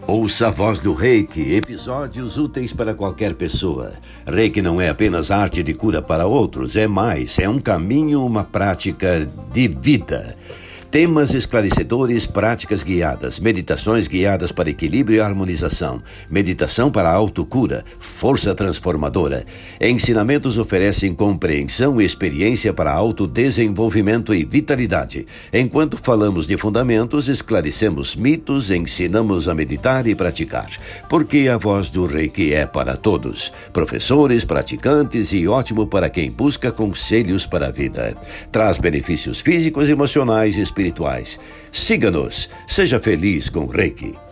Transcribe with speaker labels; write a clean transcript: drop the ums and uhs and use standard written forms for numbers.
Speaker 1: Ouça a voz do Reiki, episódios úteis para qualquer pessoa. Reiki não é apenas arte de cura para outros, é mais, é um caminho, uma prática de vida. Temas esclarecedores, práticas guiadas, meditações guiadas para equilíbrio e harmonização, meditação para autocura, força transformadora. Ensinamentos oferecem compreensão e experiência para autodesenvolvimento e vitalidade. Enquanto falamos de fundamentos, esclarecemos mitos, ensinamos a meditar e praticar. Porque a voz do Reiki é para todos, professores, praticantes e ótimo para quem busca conselhos para a vida. Traz benefícios físicos, emocionais e espirituais. Siga-nos. Seja feliz com Reiki.